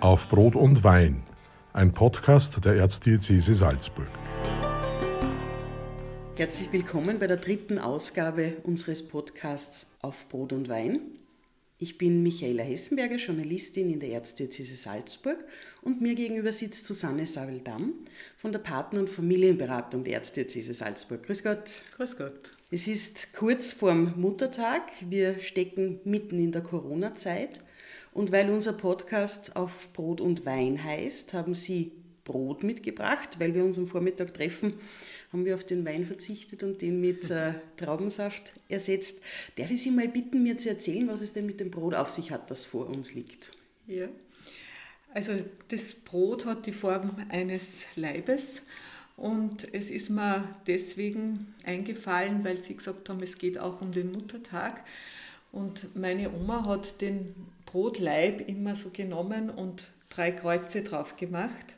Auf Brot und Wein, ein Podcast der Erzdiözese Salzburg. Herzlich willkommen bei der 3. Ausgabe unseres Podcasts Auf Brot und Wein. Ich bin Michaela Hessenberger, Journalistin in der Erzdiözese Salzburg, und mir gegenüber sitzt Susanne Savel-Damm von der Partner- und Familienberatung der Erzdiözese Salzburg. Grüß Gott. Grüß Gott. Es ist kurz vorm Muttertag, wir stecken mitten in der Corona-Zeit, und weil unser Podcast Auf Brot und Wein heißt, haben Sie Brot mitgebracht. Weil wir uns am Vormittag treffen, haben wir auf den Wein verzichtet und den mit Traubensaft ersetzt. Darf ich Sie mal bitten, mir zu erzählen, was es denn mit dem Brot auf sich hat, das vor uns liegt? Ja, also das Brot hat die Form eines Leibes und es ist mir deswegen eingefallen, weil Sie gesagt haben, es geht auch um den Muttertag. Und meine Oma hat den Brotleib immer so genommen und 3 Kreuze drauf gemacht.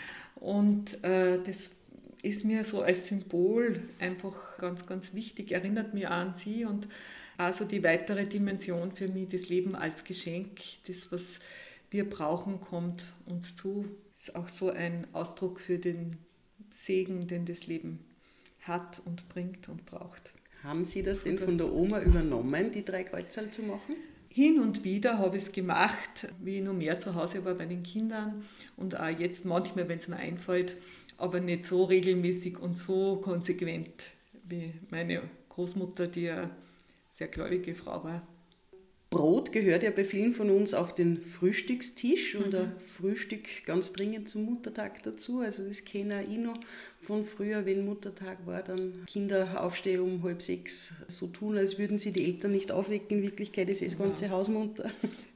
Und das ist mir so als Symbol einfach ganz, ganz wichtig, erinnert mich auch an sie und also die weitere Dimension für mich, das Leben als Geschenk, das, was wir brauchen, kommt uns zu. Ist auch so ein Ausdruck für den Segen, den das Leben hat und bringt und braucht. Haben Sie das denn von der Oma übernommen, die 3 Kreuzerl zu machen? Hin und wieder habe ich es gemacht, wie ich noch mehr zu Hause war bei den Kindern und auch jetzt manchmal, wenn es mir einfällt, aber nicht so regelmäßig und so konsequent wie meine Großmutter, die eine sehr gläubige Frau war. Brot gehört ja bei vielen von uns auf den Frühstückstisch und ein Frühstück ganz dringend zum Muttertag dazu. Also das kenne ich noch von früher, wenn Muttertag war, dann Kinder aufstehen um 5:30, so tun, als würden sie die Eltern nicht aufwecken. In Wirklichkeit ist das ganze Haus munter.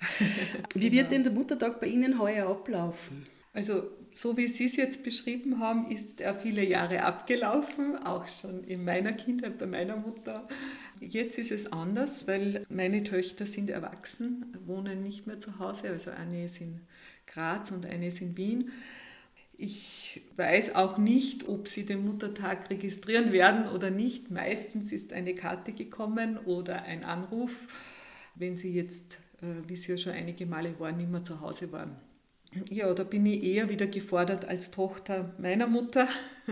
Wie wird denn der Muttertag bei Ihnen heuer ablaufen? Also so wie Sie es jetzt beschrieben haben, ist er viele Jahre abgelaufen, auch schon in meiner Kindheit bei meiner Mutter. Jetzt ist es anders, weil meine Töchter sind erwachsen, wohnen nicht mehr zu Hause, also eine ist in Graz und eine ist in Wien. Ich weiß auch nicht, ob sie den Muttertag registrieren werden oder nicht. Meistens ist eine Karte gekommen oder ein Anruf, wenn sie jetzt, wie sie ja schon einige Male waren, nicht mehr zu Hause waren. Ja, da bin ich eher wieder gefordert als Tochter meiner Mutter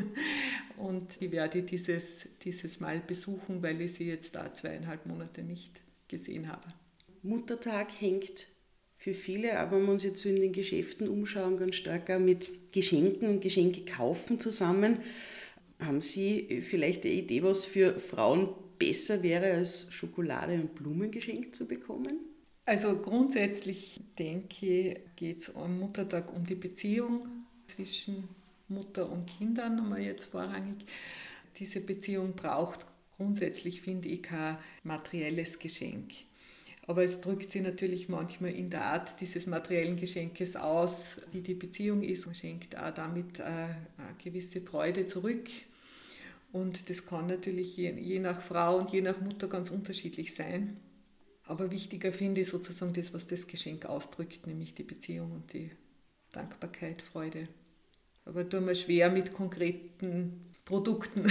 und ich werde dieses Mal besuchen, weil ich sie jetzt da 2,5 Monate nicht gesehen habe. Muttertag hängt für viele, aber wenn wir uns jetzt so in den Geschäften umschauen, ganz stark auch mit Geschenken und Geschenke kaufen zusammen. Haben Sie vielleicht eine Idee, was für Frauen besser wäre, als Schokolade und Blumen geschenkt zu bekommen? Also grundsätzlich denke ich, geht es am Muttertag um die Beziehung zwischen Mutter und Kindern, einmal jetzt vorrangig. Diese Beziehung braucht grundsätzlich, finde ich, kein materielles Geschenk. Aber es drückt sich natürlich manchmal in der Art dieses materiellen Geschenkes aus, wie die Beziehung ist. Man schenkt auch damit eine gewisse Freude zurück. Und das kann natürlich je nach Frau und je nach Mutter ganz unterschiedlich sein. Aber wichtiger finde ich sozusagen das, was das Geschenk ausdrückt, nämlich die Beziehung und die Dankbarkeit, Freude. Aber tue mir schwer mit konkreten Produkten.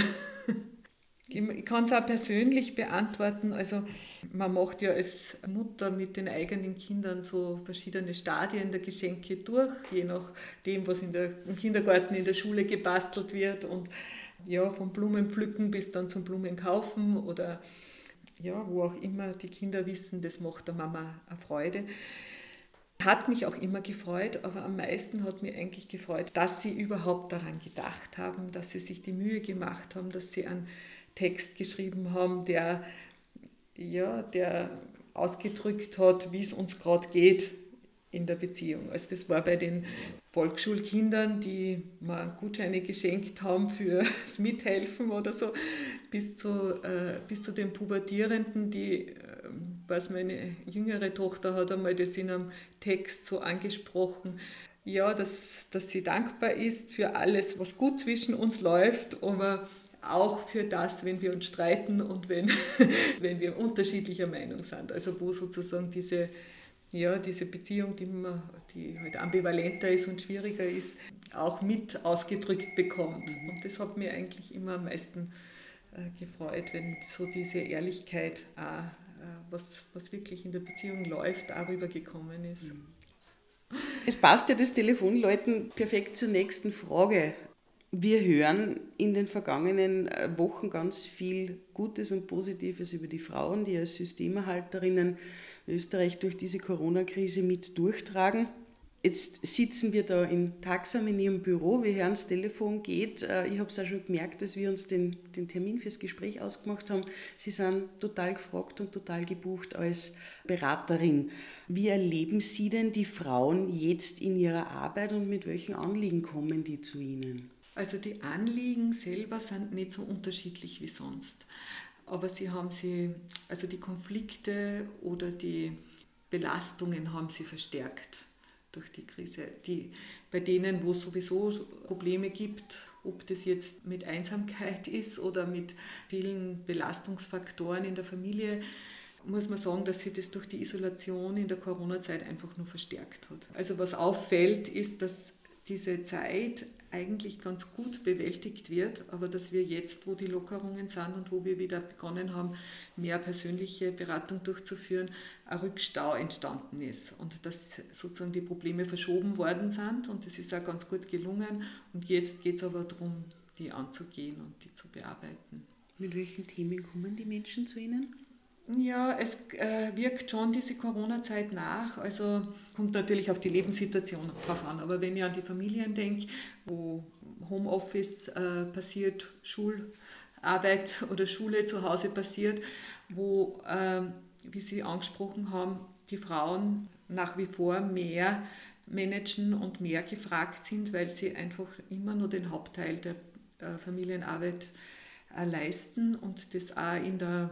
Ich kann es auch persönlich beantworten. Also man macht ja als Mutter mit den eigenen Kindern so verschiedene Stadien der Geschenke durch, je nachdem, was im Kindergarten, in der Schule gebastelt wird. Und ja, vom Blumenpflücken bis dann zum Blumenkaufen oder ja, wo auch immer die Kinder wissen, das macht der Mama eine Freude. Hat mich auch immer gefreut, aber am meisten hat mich eigentlich gefreut, dass sie überhaupt daran gedacht haben, dass sie sich die Mühe gemacht haben, dass sie einen Text geschrieben haben, der ausgedrückt hat, wie es uns gerade geht in der Beziehung. Also das war bei den Volksschulkindern, die mir Gutscheine geschenkt haben fürs Mithelfen oder so, bis zu den Pubertierenden, was meine jüngere Tochter hat einmal das in einem Text so angesprochen, ja, dass sie dankbar ist für alles, was gut zwischen uns läuft, aber auch für das, wenn wir uns streiten und wenn wir unterschiedlicher Meinung sind. Also wo sozusagen diese Beziehung, die halt ambivalenter ist und schwieriger ist, auch mit ausgedrückt bekommt. Und das hat mir eigentlich immer am meisten gefreut, wenn so diese Ehrlichkeit, was wirklich in der Beziehung läuft, auch rübergekommen ist. Es passt ja das Telefonläuten perfekt zur nächsten Frage. Wir hören in den vergangenen Wochen ganz viel Gutes und Positives über die Frauen, die als Systemerhalterinnen Österreich durch diese Corona-Krise mit durchtragen. Jetzt sitzen wir da tagsam in Ihrem Büro, wir hören, das Telefon geht. Ich habe es auch schon gemerkt, dass wir uns den Termin fürs Gespräch ausgemacht haben. Sie sind total gefragt und total gebucht als Beraterin. Wie erleben Sie denn die Frauen jetzt in ihrer Arbeit und mit welchen Anliegen kommen die zu Ihnen? Also die Anliegen selber sind nicht so unterschiedlich wie sonst. Aber also die Konflikte oder die Belastungen haben sie verstärkt durch die Krise. Bei denen, wo es sowieso Probleme gibt, ob das jetzt mit Einsamkeit ist oder mit vielen Belastungsfaktoren in der Familie, muss man sagen, dass sich das durch die Isolation in der Corona-Zeit einfach nur verstärkt hat. Also was auffällt, ist, dass diese Zeit eigentlich ganz gut bewältigt wird, aber dass wir jetzt, wo die Lockerungen sind und wo wir wieder begonnen haben, mehr persönliche Beratung durchzuführen, ein Rückstau entstanden ist und dass sozusagen die Probleme verschoben worden sind und das ist auch ganz gut gelungen und jetzt geht es aber darum, die anzugehen und die zu bearbeiten. Mit welchen Themen kommen die Menschen zu Ihnen? Ja, es wirkt schon diese Corona-Zeit nach, also kommt natürlich auf die Lebenssituation drauf an, aber wenn ich an die Familien denke, wo Homeoffice passiert, Schularbeit oder Schule zu Hause passiert, wo, wie Sie angesprochen haben, die Frauen nach wie vor mehr managen und mehr gefragt sind, weil sie einfach immer nur den Hauptteil der Familienarbeit leisten und das auch in der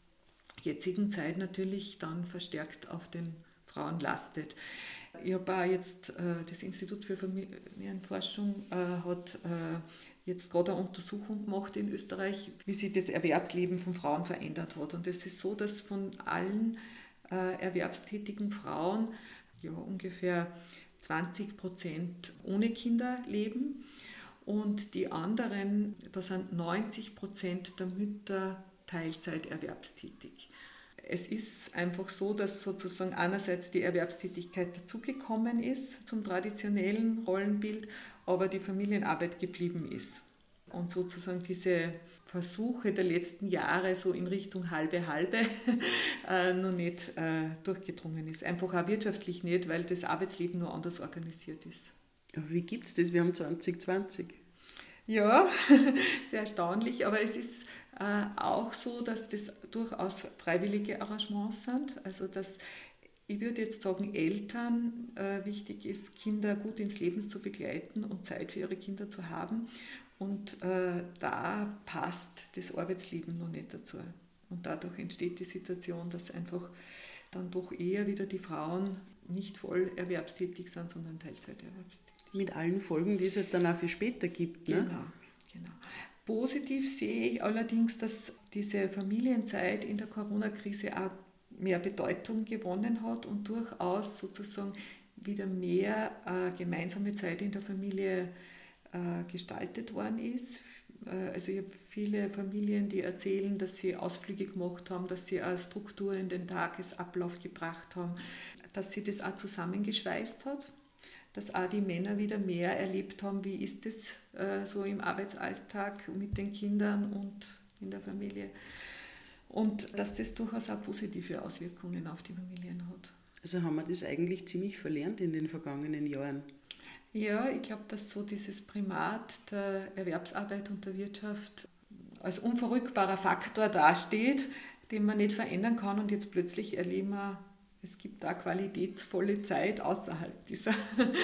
jetzigen Zeit natürlich dann verstärkt auf den Frauen lastet. Ich habe auch jetzt, das Institut für Familienforschung hat jetzt gerade eine Untersuchung gemacht in Österreich, wie sich das Erwerbsleben von Frauen verändert hat. Und es ist so, dass von allen erwerbstätigen Frauen ja, ungefähr 20% ohne Kinder leben und die anderen, da sind 90% der Mütter Teilzeit erwerbstätig. Es ist einfach so, dass sozusagen einerseits die Erwerbstätigkeit dazugekommen ist zum traditionellen Rollenbild, aber die Familienarbeit geblieben ist. Und sozusagen diese Versuche der letzten Jahre so in Richtung halbe noch nicht durchgedrungen ist. Einfach auch wirtschaftlich nicht, weil das Arbeitsleben nur anders organisiert ist. Aber wie gibt es das? Wir haben 2020. Ja, sehr erstaunlich, aber es ist auch so, dass das durchaus freiwillige Arrangements sind. Also dass ich würde jetzt sagen, Eltern wichtig ist, Kinder gut ins Leben zu begleiten und Zeit für ihre Kinder zu haben. Und da passt das Arbeitsleben noch nicht dazu. Und dadurch entsteht die Situation, dass einfach dann doch eher wieder die Frauen nicht voll erwerbstätig sind, sondern Teilzeit erwerbstätig. Mit allen Folgen, die es halt dann auch für später gibt. Ne? Genau. Positiv sehe ich allerdings, dass diese Familienzeit in der Corona-Krise auch mehr Bedeutung gewonnen hat und durchaus sozusagen wieder mehr gemeinsame Zeit in der Familie gestaltet worden ist. Also ich habe viele Familien, die erzählen, dass sie Ausflüge gemacht haben, dass sie eine Struktur in den Tagesablauf gebracht haben, dass sie das auch zusammengeschweißt hat. Dass auch die Männer wieder mehr erlebt haben, wie ist es so im Arbeitsalltag mit den Kindern und in der Familie. Und dass das durchaus auch positive Auswirkungen auf die Familien hat. Also haben wir das eigentlich ziemlich verlernt in den vergangenen Jahren. Ja, ich glaube, dass so dieses Primat der Erwerbsarbeit und der Wirtschaft als unverrückbarer Faktor dasteht, den man nicht verändern kann und jetzt plötzlich erleben wir, es gibt da qualitätsvolle Zeit außerhalb dieser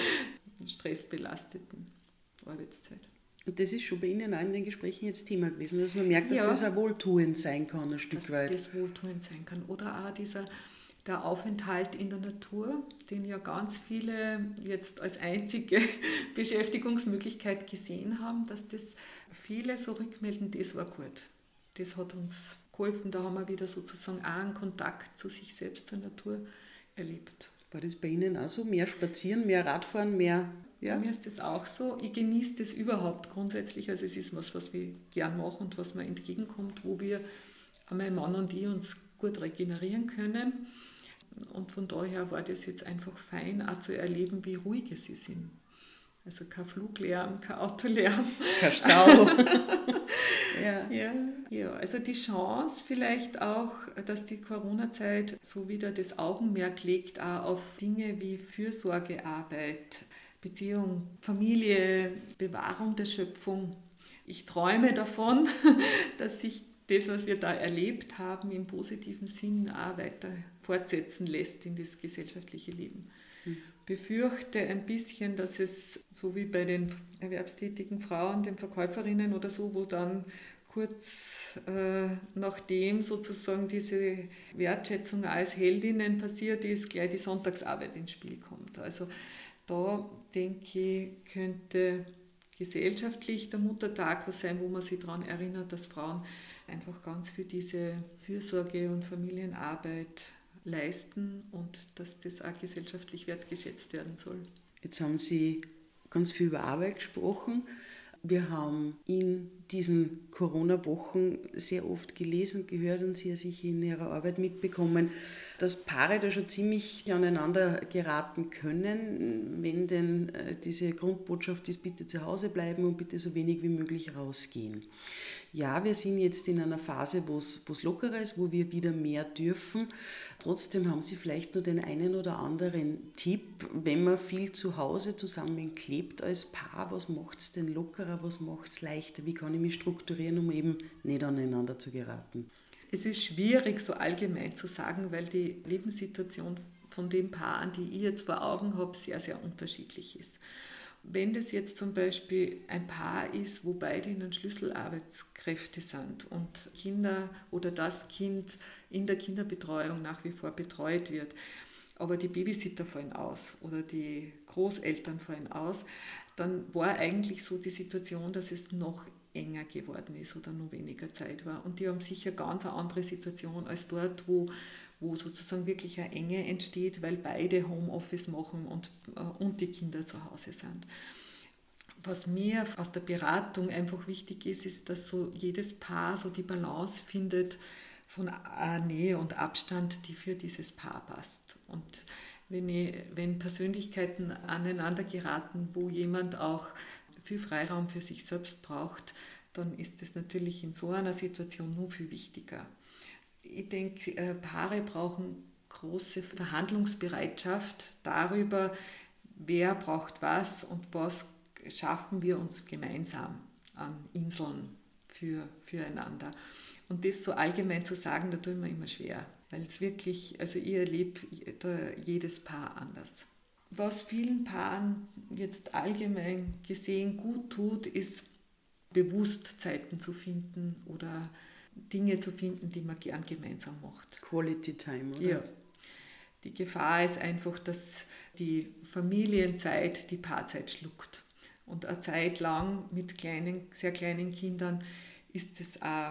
stressbelasteten Arbeitszeit. Und das ist schon bei Ihnen auch in den Gesprächen jetzt Thema gewesen, dass man merkt, dass das auch wohltuend sein kann, ein Stück weit. Dass das wohltuend sein kann. Oder auch der Aufenthalt in der Natur, den ja ganz viele jetzt als einzige Beschäftigungsmöglichkeit gesehen haben, dass das viele so rückmelden, das war gut. Das hat uns geholfen, da haben wir wieder sozusagen auch einen Kontakt zu sich selbst, zur Natur erlebt. War das bei Ihnen auch so? Mehr Spazieren, mehr Radfahren, mehr? Ja? Bei mir ist das auch so. Ich genieße das überhaupt grundsätzlich. Also es ist was wir gern machen und was mir entgegenkommt, wo wir, mein Mann und ich, uns gut regenerieren können. Und von daher war das jetzt einfach fein, auch zu erleben, wie ruhig sie sind. Also kein Fluglärm, kein Autolärm. Kein Stau. Ja, also die Chance vielleicht auch, dass die Corona-Zeit so wieder das Augenmerk legt auch auf Dinge wie Fürsorgearbeit, Beziehung, Familie, Bewahrung der Schöpfung. Ich träume davon, dass sich das, was wir da erlebt haben, im positiven Sinn auch weiter fortsetzen lässt in das gesellschaftliche Leben. Befürchte ein bisschen, dass es so wie bei den erwerbstätigen Frauen, den Verkäuferinnen oder so, wo dann kurz nachdem sozusagen diese Wertschätzung als Heldinnen passiert ist, gleich die Sonntagsarbeit ins Spiel kommt. Also da denke ich, könnte gesellschaftlich der Muttertag was sein, wo man sich daran erinnert, dass Frauen einfach ganz für diese Fürsorge und Familienarbeit leisten und dass das auch gesellschaftlich wertgeschätzt werden soll. Jetzt haben Sie ganz viel über Arbeit gesprochen. Wir haben in diesen Corona-Wochen sehr oft gelesen und gehört und Sie sicher in Ihrer Arbeit mitbekommen, dass Paare da schon ziemlich aneinander geraten können, wenn denn diese Grundbotschaft ist, bitte zu Hause bleiben und bitte so wenig wie möglich rausgehen. Ja, wir sind jetzt in einer Phase, wo es lockerer ist, wo wir wieder mehr dürfen. Trotzdem haben Sie vielleicht nur den einen oder anderen Tipp, wenn man viel zu Hause zusammenklebt als Paar, was macht es denn lockerer, was macht es leichter, wie kann ich mich strukturieren, um eben nicht aneinander zu geraten? Es ist schwierig, so allgemein zu sagen, weil die Lebenssituation von den Paaren, die ich jetzt vor Augen habe, sehr, sehr unterschiedlich ist. Wenn das jetzt zum Beispiel ein Paar ist, wo beide in den Schlüsselarbeitskräfte sind und Kinder oder das Kind in der Kinderbetreuung nach wie vor betreut wird, aber die Babysitter fallen aus oder die Großeltern fallen aus, dann war eigentlich so die Situation, dass es noch enger geworden ist oder noch weniger Zeit war. Und die haben sicher ganz eine andere Situation als dort, wo sozusagen wirklich eine Enge entsteht, weil beide Homeoffice machen und die Kinder zu Hause sind. Was mir aus der Beratung einfach wichtig ist, ist, dass so jedes Paar so die Balance findet von Nähe und Abstand, die für dieses Paar passt. Und wenn Persönlichkeiten aneinander geraten, wo jemand auch viel Freiraum für sich selbst braucht, dann ist es natürlich in so einer Situation nur viel wichtiger. Ich denke, Paare brauchen große Verhandlungsbereitschaft darüber, wer braucht was und was schaffen wir uns gemeinsam an Inseln füreinander. Und das so allgemein zu sagen, da tue ich mir immer schwer, weil es wirklich, also ich erlebe jedes Paar anders. Was vielen Paaren jetzt allgemein gesehen gut tut, ist bewusst Zeiten zu finden oder Dinge zu finden, die man gern gemeinsam macht. Quality Time, oder? Ja. Die Gefahr ist einfach, dass die Familienzeit die Paarzeit schluckt. Und eine Zeit lang mit sehr kleinen Kindern ist es auch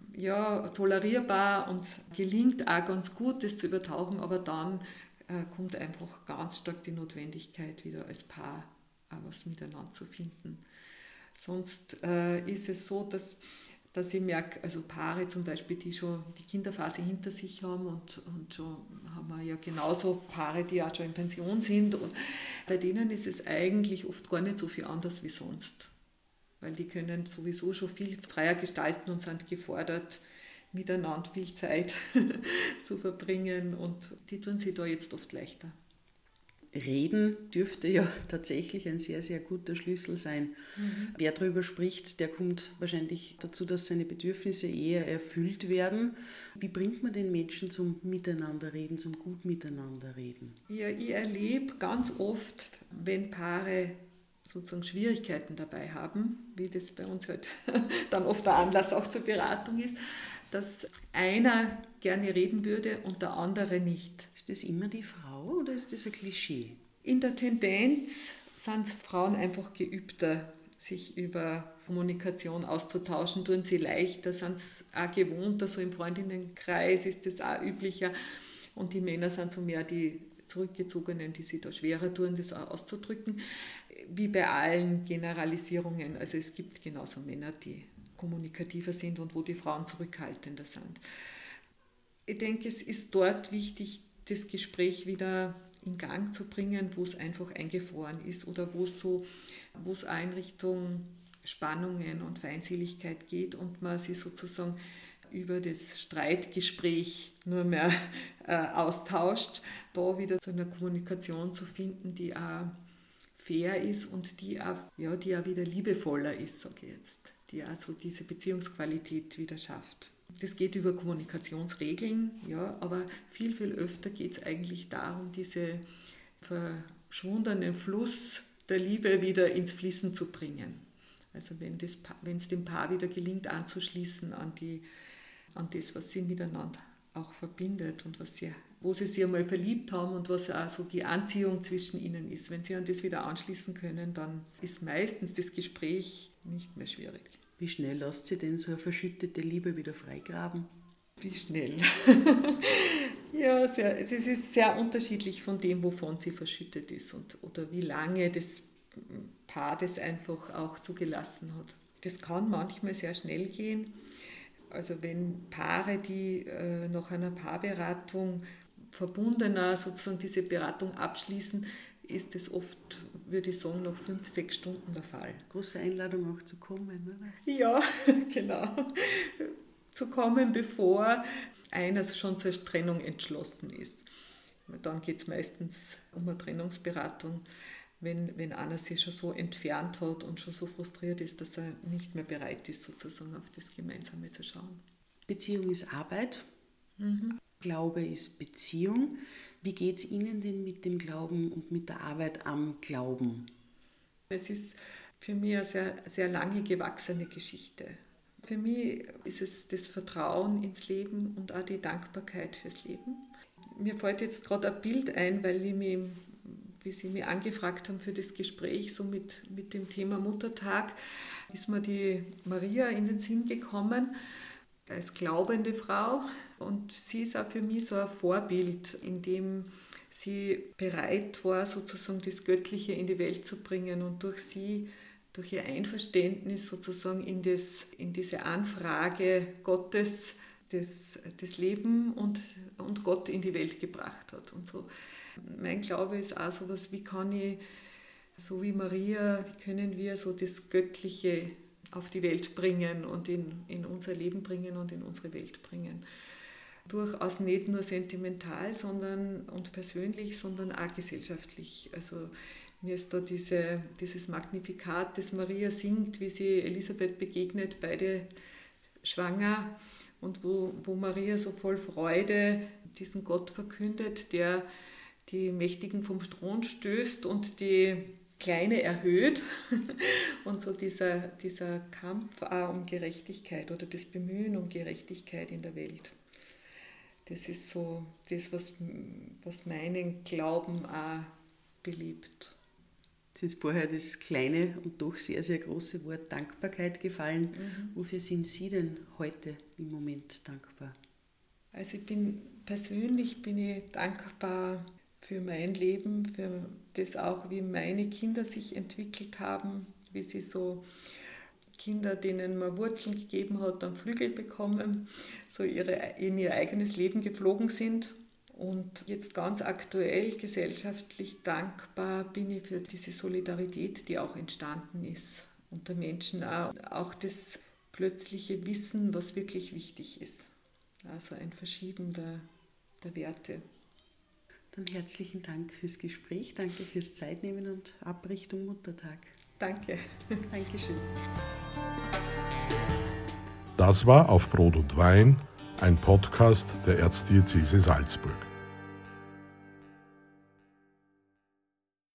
tolerierbar und gelingt auch ganz gut, das zu übertauchen, aber dann kommt einfach ganz stark die Notwendigkeit, wieder als Paar was miteinander zu finden. Sonst ist es so, dass ich merke, also Paare zum Beispiel, die schon die Kinderphase hinter sich haben und schon haben wir ja genauso Paare, die auch schon in Pension sind. Und bei denen ist es eigentlich oft gar nicht so viel anders wie sonst. Weil die können sowieso schon viel freier gestalten und sind gefordert, miteinander viel Zeit zu verbringen und die tun sich da jetzt oft leichter. Reden dürfte ja tatsächlich ein sehr, sehr guter Schlüssel sein. Wer darüber spricht, der kommt wahrscheinlich dazu, dass seine Bedürfnisse eher erfüllt werden. Wie bringt man den Menschen zum Miteinanderreden, zum gut Miteinanderreden? Ja, ich erlebe ganz oft, wenn Paare sozusagen Schwierigkeiten dabei haben, wie das bei uns halt dann oft der Anlass auch zur Beratung ist, dass einer gerne reden würde und der andere nicht. Ist das immer die Frau oder ist das ein Klischee? In der Tendenz sind Frauen einfach geübter, sich über Kommunikation auszutauschen, tun sie leichter, sind es auch gewohnter, so im Freundinnenkreis ist das auch üblicher und die Männer sind so mehr die Zurückgezogenen, die sich da schwerer tun, das auch auszudrücken, wie bei allen Generalisierungen. Also es gibt genauso Männer, die kommunikativer sind und wo die Frauen zurückhaltender sind. Ich denke, es ist dort wichtig, das Gespräch wieder in Gang zu bringen, wo es einfach eingefroren ist oder wo es auch in Richtung Spannungen und Feindseligkeit geht und man sich sozusagen über das Streitgespräch nur mehr austauscht, da wieder zu einer Kommunikation zu finden, die auch fair ist und die auch wieder liebevoller ist, sage ich jetzt, die auch so diese Beziehungsqualität wieder schafft. Das geht über Kommunikationsregeln, ja, aber viel, viel öfter geht es eigentlich darum, diesen verschwundenen Fluss der Liebe wieder ins Fließen zu bringen. Also wenn es dem Paar wieder gelingt, anzuschließen an das, was sie miteinander auch verbindet und wo sie sich einmal verliebt haben und was auch so die Anziehung zwischen ihnen ist. Wenn sie an das wieder anschließen können, dann ist meistens das Gespräch nicht mehr schwierig. Wie schnell lässt sie denn so eine verschüttete Liebe wieder freigraben? Wie schnell? Ja, es ist sehr unterschiedlich von dem, wovon sie verschüttet ist oder wie lange das Paar das einfach auch zugelassen hat. Das kann manchmal sehr schnell gehen. Also wenn Paare, die nach einer Paarberatung verbundener sozusagen diese Beratung abschließen, ist das oft, würde ich sagen, nach 5-6 Stunden der Fall. Große Einladung auch zu kommen, oder? Ja, genau. Zu kommen, bevor einer schon zur Trennung entschlossen ist. Dann geht es meistens um eine Trennungsberatung, wenn einer sich schon so entfernt hat und schon so frustriert ist, dass er nicht mehr bereit ist, sozusagen auf das Gemeinsame zu schauen. Beziehung ist Arbeit, Glaube ist Beziehung. Wie geht es Ihnen denn mit dem Glauben und mit der Arbeit am Glauben? Es ist für mich eine sehr, sehr lange gewachsene Geschichte. Für mich ist es das Vertrauen ins Leben und auch die Dankbarkeit fürs Leben. Mir fällt jetzt gerade ein Bild ein, weil wie Sie mich angefragt haben für das Gespräch, so mit dem Thema Muttertag, ist mir die Maria in den Sinn gekommen, als glaubende Frau. Und sie ist auch für mich so ein Vorbild, in dem sie bereit war, sozusagen das Göttliche in die Welt zu bringen und durch ihr Einverständnis sozusagen in diese Anfrage Gottes das Leben und Gott in die Welt gebracht hat. Und so mein Glaube ist auch sowas, wie kann ich, so wie Maria, wie können wir so das Göttliche auf die Welt bringen und in unser Leben bringen und in unsere Welt bringen. Durchaus nicht nur sentimental und persönlich, sondern auch gesellschaftlich. Also mir ist da dieses Magnificat, das Maria singt, wie sie Elisabeth begegnet, beide schwanger, und wo Maria so voll Freude diesen Gott verkündet, der die Mächtigen vom Thron stößt und die Kleine erhöht. Und so dieser Kampf auch um Gerechtigkeit oder das Bemühen um Gerechtigkeit in der Welt. Das ist so das, was meinen Glauben auch belebt. Es ist vorher das kleine und doch sehr, sehr große Wort Dankbarkeit gefallen. Wofür sind Sie denn heute im Moment dankbar? Also persönlich bin ich dankbar für mein Leben, für das auch, wie meine Kinder sich entwickelt haben, wie sie so Kinder, denen man Wurzeln gegeben hat, dann Flügel bekommen, so in ihr eigenes Leben geflogen sind. Und jetzt ganz aktuell gesellschaftlich dankbar bin ich für diese Solidarität, die auch entstanden ist unter Menschen, auch das plötzliche Wissen, was wirklich wichtig ist. Also ein Verschieben der Werte. Dann herzlichen Dank fürs Gespräch, danke fürs Zeitnehmen und ab Richtung Muttertag. Danke. Dankeschön. Das war Auf Brot und Wein, ein Podcast der Erzdiözese Salzburg.